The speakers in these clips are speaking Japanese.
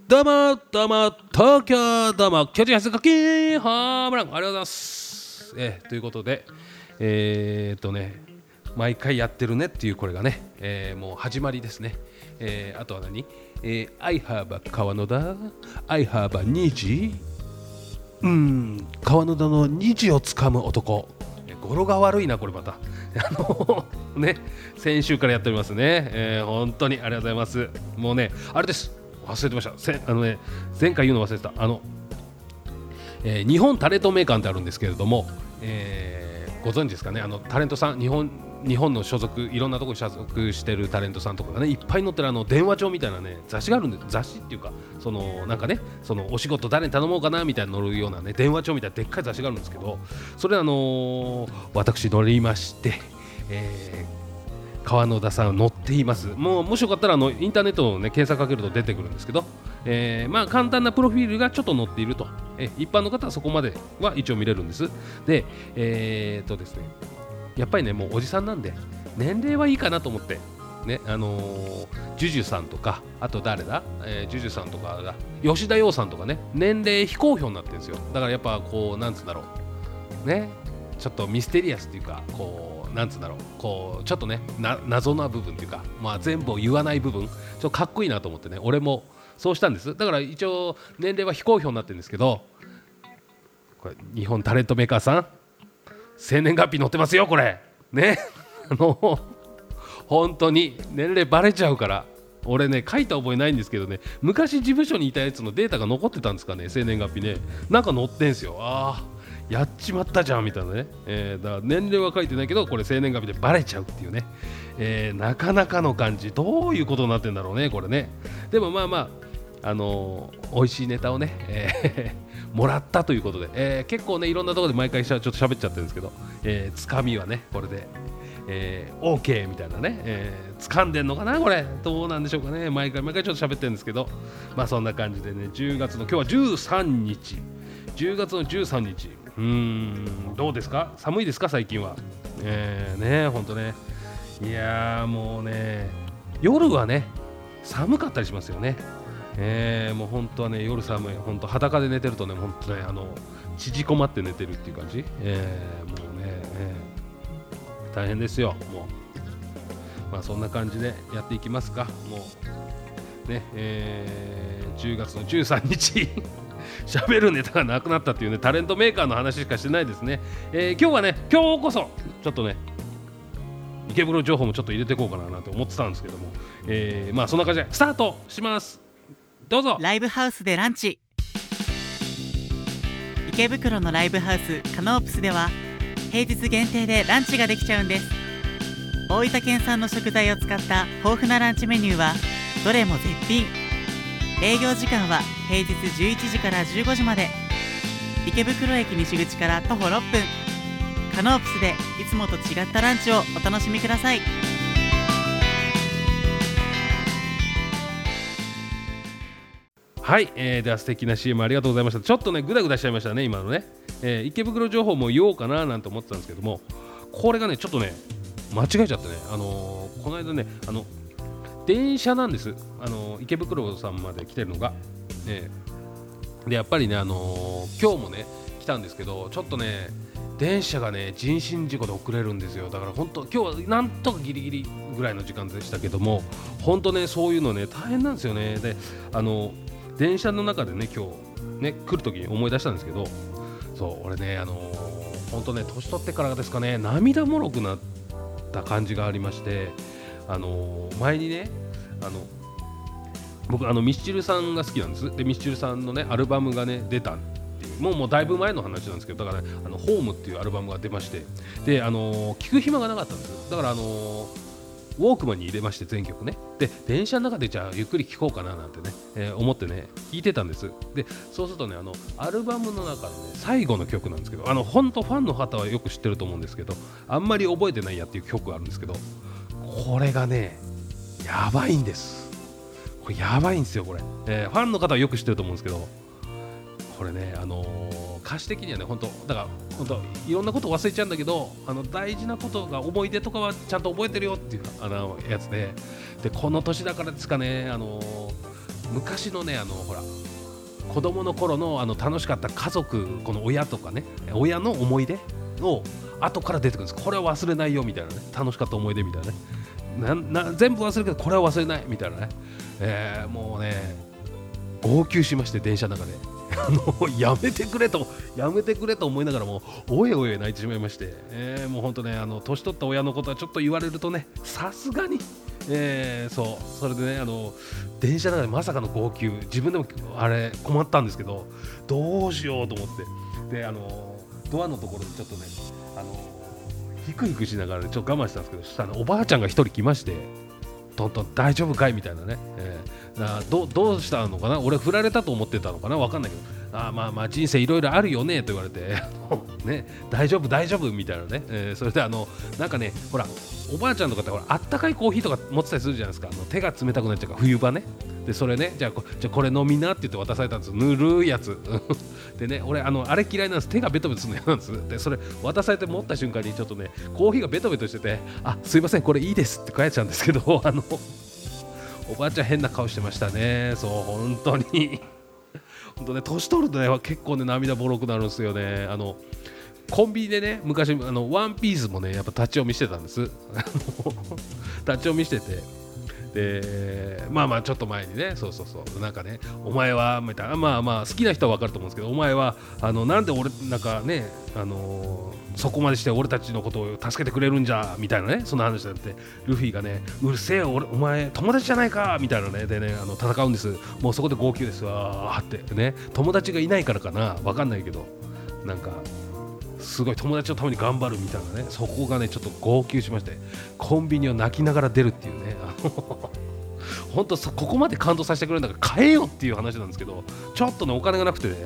どうも東京どうも巨人発課金ホームランありがとうございます。ということで毎回やってるねっていうこれがね、もう始まりですね。あとは何、I have a 川野田 I have a 虹川野田の虹をつかむ男、語呂が悪いなこれまたね、先週からやっておりますね。本当にありがとうございます。もうねあれです忘れてました。前回言うの忘れてた日本タレントメーカーってあるんですけれども、ご存知ですかね。タレントさん日本の所属いろんなところに所属してるタレントさんとかがねいっぱい載ってる電話帳みたいなね雑誌があるんで、雑誌っていうかなんかねお仕事誰に頼もうかなみたいな載るようなね電話帳みたいなでっかい雑誌があるんですけど、それ私乗りまして、川野田さん載っています。もしよかったらインターネットを、ね、検索かけると出てくるんですけど、簡単なプロフィールがちょっと載っていると、一般の方はそこまでは一応見れるんです。で、ですね、やっぱりねもうおじさんなんで年齢はいいかなと思ってね、ジュジュさんとかあと誰だ、ジュジュさんとかが吉田羊さんとかね年齢非公表になってるんですよ。だからやっぱこうなんつうんだろうね、ちょっとミステリアスっていうかなんつうんだろうちょっとね謎な部分っていうか、全部を言わない部分ちょっとかっこいいなと思ってね俺もそうしたんです。だから一応年齢は非公表になってるんですけど、これ日本タレントメーカーさん生年月日載ってますよこれね本当に年齢バレちゃうから俺ね書いた覚えないんですけどね、昔事務所にいたやつのデータが残ってたんですかね、生年月日ねなんか載ってんすよ。やっちまったじゃんみたいなね、だから年齢は書いてないけどこれ生年月日でバレちゃうっていうね、なかなかの感じ。どういうことになってんだろうねこれね。でも美味しいネタをね、もらったということで、結構ねいろんなところで毎回ちょっと喋っちゃってるんですけど、つかみはねこれで、OK みたいなね、掴んでんのかなこれどうなんでしょうかね。毎回ちょっと喋ってるんですけど、そんな感じでね10月の今日は13日10月の13日どうですか、寒いですか最近は。ねほんとね、いやもうね夜はね寒かったりしますよね。もう本当はね夜寒い、本当裸で寝てるとね本当ね縮こまって寝てるっていう感じ。もうね、大変ですよもう。そんな感じでやっていきますか。もうね、10月の13日喋るネタがなくなったっていうねタレントメーカーの話しかしてないですね。今日こそちょっとね池袋情報もちょっと入れていこうかななんて思ってたんですけども、そんな感じでスタートします。どうぞ。 ライブハウスでランチ。池袋のライブハウスカノープスでは平日限定でランチができちゃうんです。大分県産の食材を使った豊富なランチメニューはどれも絶品。営業時間は平日11時から15時まで。池袋駅西口から徒歩6分。カノープスでいつもと違ったランチをお楽しみください。 はい、では素敵な CM ありがとうございました。ちょっとねグダグダしちゃいましたね今のね、池袋情報も言おうかななんて思ってたんですけども、これがねちょっとね間違えちゃってね、この間ね電車なんです。池袋さんまで来てるのが、でやっぱりね今日もね来たんですけど、ちょっとね電車がね人身事故で遅れるんですよ。だから本当今日はなんとかギリギリぐらいの時間でしたけども、本当ねそういうのね大変なんですよね。で電車の中でね今日ね来る時に思い出したんですけど、そう俺ね本当ね年取ってからですかね涙もろくなった感じがありまして、前にね僕ミスチルさんが好きなんです。でミスチルさんのねアルバムがね出たっていう、もうだいぶ前の話なんですけど、だから、ね、ホームっていうアルバムが出まして、で聞く暇がなかったんです。だからウォークマンに入れまして全曲ね。で電車の中でじゃあゆっくり聴こうかななんてね、思ってね聴いてたんです。でそうするとねアルバムの中のね最後の曲なんですけど、本当ファンの方はよく知ってると思うんですけど、あんまり覚えてないやっていう曲があるんですけど、これがねやばいんです。これやばいんですよこれ、ファンの方はよく知ってると思うんですけど、これね歌詞的にはね本当だから本当いろんなこと忘れちゃうんだけど、大事なことが思い出とかはちゃんと覚えてるよっていうやつで、この年だからですかね昔のねほら子供の頃の楽しかった家族、この親とかね、親の思い出を後から出てくるんです。これは忘れないよみたいなね、楽しかった思い出みたいなね、全部忘れるけどこれは忘れないみたいなね、もうね号泣しまして、電車の中でやめてくれと思いながらもおえおえ泣いてしまいまして、もう本当ね年取った親のことはちょっと言われるとね、さすがにそれでね電車の中でまさかの号泣、自分でもあれ困ったんですけど、どうしようと思ってでドアのところにちょっとねヒクヒクしながら、ね、ちょっと我慢したんですけど、そしたらおばあちゃんが一人来まして、トントン大丈夫かいみたいなね、どうしたのかな、俺振られたと思ってたのかな、分かんないけど、まあ人生いろいろあるよねと言われてね、大丈夫みたいなね、それでなんかね、ほらおばあちゃんとかってほらあったかいコーヒーとか持ってたりするじゃないですか、手が冷たくなっちゃうから冬場ね、でそれね、じゃあこれ飲みなって言って渡されたんですよ、ぬるいやつでね、俺あれ嫌いなんです、手がベトベトするの嫌なんです。でそれ渡されて持った瞬間にちょっとねコーヒーがベトベトしてて、すいませんこれいいですって返っちゃうんですけど、おばあちゃん変な顔してましたね。そう本当に本当ね、年取るとね結構ね涙ぼろくなるんですよね。コンビニでね昔ワンピースもねやっぱ立ち読みしてたんです立ち読みしてて、でまあちょっと前にね、そうなんかね、お前はみたいな、まあ好きな人は分かると思うんですけど、お前はなんで俺なんかねそこまでして俺たちのことを助けてくれるんじゃみたいなね、そんな話だって、ルフィがねうるせえよお前友達じゃないかみたいなね、でね戦うんです。もうそこで号泣ですわってね、友達がいないからかな分かんないけど、なんかすごい友達のために頑張るみたいなね、そこがねちょっと号泣しまして、コンビニを泣きながら出るっていうね、本当ここまで感動させてくれるんだから買えよっていう話なんですけど、ちょっとねお金がなくてね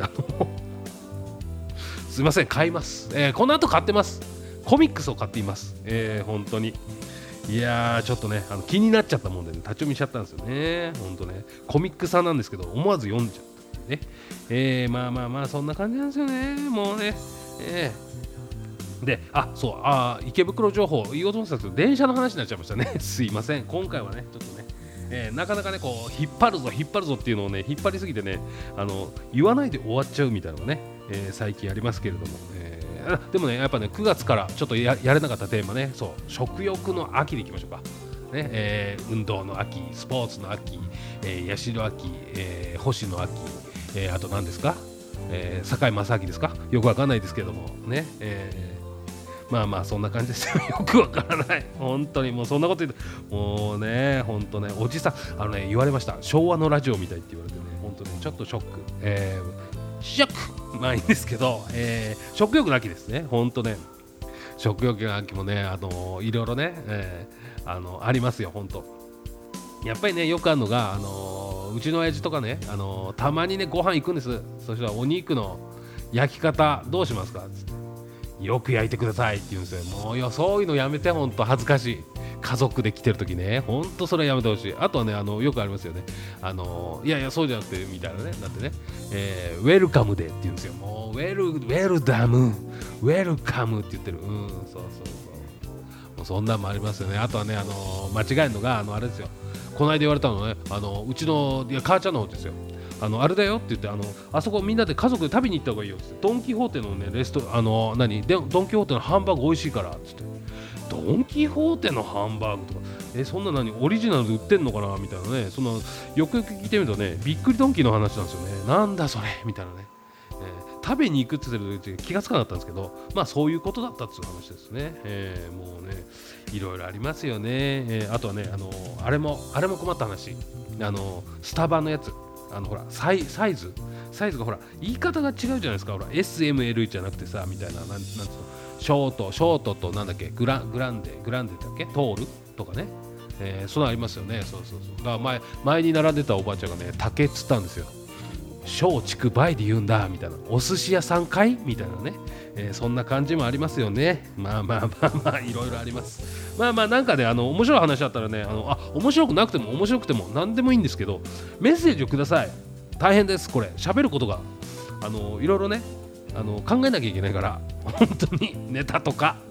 すいません買います、この後買ってます、コミックスを買っています、本当にいやーちょっとね気になっちゃったもんで、ね、立ち読みしちゃったんですよね。本当ねコミックさなんですけど思わず読んじゃったね、まあそんな感じなんですよね、もうね、でそう池袋情報言おうと思ってたんですけど、電車の話になっちゃいましたねすいません、今回はねちょっとね、なかなかねこう引っ張るぞっていうのをね引っ張りすぎてね言わないで終わっちゃうみたいなのがね、最近ありますけれども、でもねやっぱね9月からちょっとやれなかったテーマね、そう食欲の秋でいきましょうかね、運動の秋、スポーツの秋、八代秋、星の秋、あと何ですか、堺正明ですか、よくわかんないですけどもね、まあそんな感じですよよくわからない本当に、もうそんなこと言ってもうね本当ねおじさん言われました、昭和のラジオみたいって言われてね、本当ねちょっとショック、ショックまあいいんですけど、食欲の秋ですね、本当ね食欲の秋もねいろいろね、ありますよ本当。やっぱりねよくあるのがうちの親父とかねたまにねご飯行くんです。そしたらお肉の焼き方どうしますかつって、よく焼いてくださいって言うんですよ。もうそういうのやめて、本当恥ずかしい。家族で来てる時ね、本当それはやめてほしい。あとはねよくありますよね、いやそうじゃなくてみたいなね、だってね、ウェルカムでって言うんですよ。もうウェルダムウェルカムって言ってる。そうもうそんなんもありますよね。あとはね間違えるのがあれですよ、この間言われたのね、うちの母ちゃんの方ですよ、あれだよって言って、あそこみんなで家族で食べに行った方がいいよって、ドン・キホーテのねドン・キホーテのハンバーグ美味しいからっつって、ドン・キホーテのハンバーグとかそんなオリジナルで売ってんのかなみたいなね、そんなよくよく聞いてみるとね、びっくりドンキーの話なんですよね。なんだそれみたいなね、食べに行くって言ってる気がつかなかったんですけど、まあそういうことだったっていう話ですね。もうねいろいろありますよね。あとはねあれも困った話、スタバのやつ、ほらサイズがほら言い方が違うじゃないですか。ほら SML じゃなくてさみたいな、なんつうの、ショートとなんだっけ、グランデだっけ、トールとかね、そんなありますよね。そうだから前に並んでたおばあちゃんがね竹っつったんですよ。松竹梅で言うんだみたいな、お寿司屋さんかいみたいなね、そんな感じもありますよね。まあいろいろあります。まあなんかね面白い話だったらね面白くなくても面白くても何でもいいんですけど、メッセージをください。大変です、これ喋ることがいろいろね考えなきゃいけないから、本当にネタとか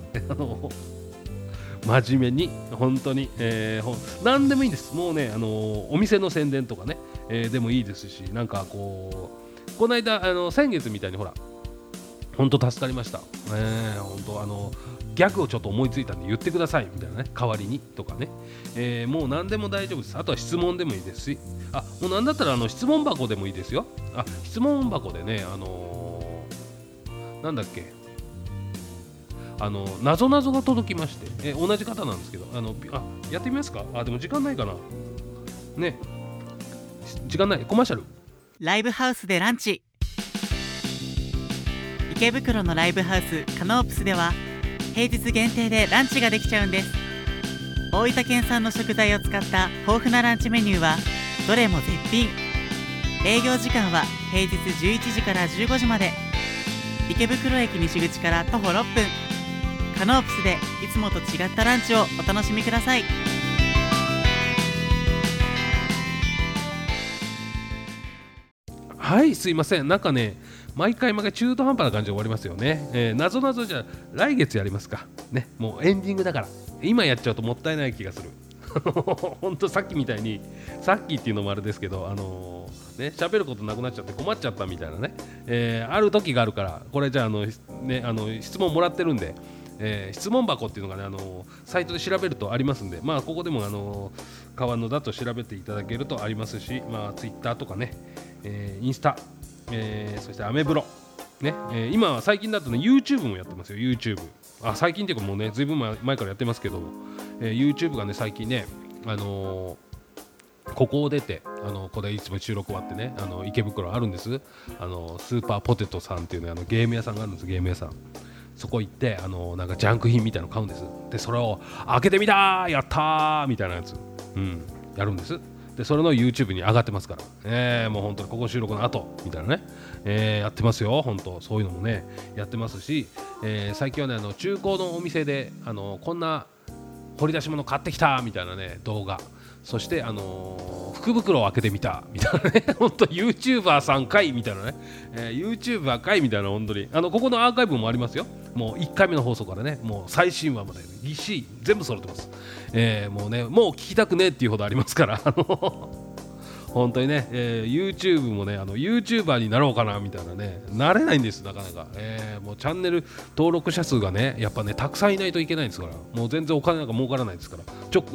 真面目に本当に、何でもいいんです。もうねお店の宣伝とかね、 でもいいですし、なんかこの間先月みたいにほら本当助かりました。本当ギャグをちょっと思いついたんで言ってくださいみたいなね、代わりにとかね、もう何でも大丈夫です。あとは質問でもいいですし、もうなんだったら質問箱でもいいですよ。質問箱でね、なんだっけ、なぞなぞが届きまして、同じ方なんですけど、やってみますか。でも時間ないかなね、時間ない。コマーシャル。 ライブハウスでランチ。池袋のライブハウスカノープスでは平日限定でランチができちゃうんです。大分県産の食材を使った豊富なランチメニューはどれも絶品。営業時間は平日11時から15時まで。池袋駅西口から徒歩6分。カノープスでいつもと違ったランチをお楽しみください。 はい、すいません。なんかね、毎回中途半端な感じで終わりますよね。なぞなぞじゃ来月やりますかね。もうエンディングだから今やっちゃうともったいない気がする。本当さっきみたいに、さっきっていうのもあれですけど、喋ることなくなっちゃって困っちゃったみたいなね、ある時があるから、これじゃ質問もらってるんで、質問箱っていうのがね、サイトで調べるとありますんで、ここでも川野だと調べていただけるとありますし、ツイッターとかね、インスタ、そしてアメブロね、今は最近だとね YouTube もやってますよ。 YouTube 最近っていうかもうねずいぶん前からやってますけど、YouTube がね最近ねここを出てこれいつも収録終わってね池袋あるんです。スーパーポテトさんっていうねゲーム屋さんがあるんです。ゲーム屋さん、そこ行ってなんかジャンク品みたいなの買うんです。でそれを開けてみたーやったーみたいなやつ、やるんです。でそれの YouTube に上がってますから、もう本当にここ収録の後みたいなね、やってますよ。本当そういうのもねやってますし、最近はね中古のお店でこんな掘り出し物買ってきたみたいなね動画、そして福袋を開けてみたみたいなね本当 YouTuber さんかいみたいなね、YouTuber かいみたいな、本当にここのアーカイブもありますよ。もう1回目の放送からねもう最新話までぎっしり全部揃ってます。もうねもう聞きたくねえっていうほどありますから本当にね、YouTube もねYouTuber になろうかなみたいなね、なれないんですなかなか、もうチャンネル登録者数がねやっぱねたくさんいないといけないんですから、もう全然お金なんか儲からないですから。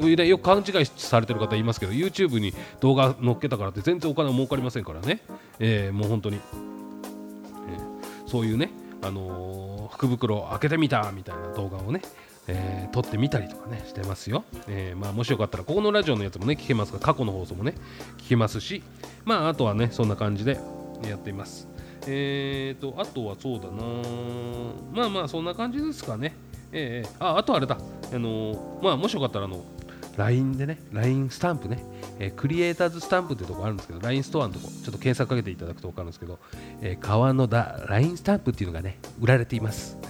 よく勘違いされてる方いますけど YouTube に動画載っけたからって全然お金は儲かりませんからね、もう本当に、そういうね、福袋を開けてみたみたいな動画をね撮ってみたりとかねしてますよ。もしよかったらここのラジオのやつもね聞けますが、過去の放送もね聞けますし、あとはねそんな感じでやっています。あとはそうだな、そんな感じですかね。あとあれだ、もしよかったらLINE でね LINE スタンプね、クリエイターズスタンプってとこあるんですけど LINE ストアのとこちょっと検索かけていただくと分かるんですけど、川野田 LINE スタンプっていうのがね売られています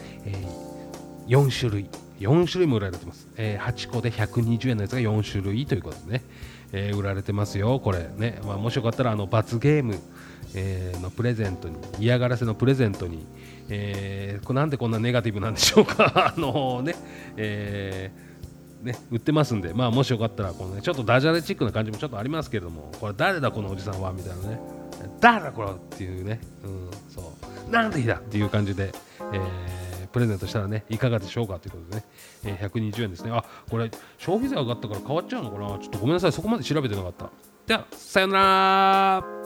。4種類も売られてます。8個で120円のやつが4種類ということでね、売られてますよこれね。もしよかったら罰ゲーム、のプレゼントに、嫌がらせのプレゼントに、これなんでこんなネガティブなんでしょうか売ってますんで、もしよかったらこの、ね、ちょっとダジャレチックな感じもちょっとありますけれども、これ誰だこのおじさんはみたいなね、誰だこれっていうね、そうなんでいいだっていう感じで、プレゼントしたらねいかがでしょうかということでね、120円ですね。これ消費税上がったから変わっちゃうのかな、ちょっとごめんなさい、そこまで調べてなかった。ではさよなら。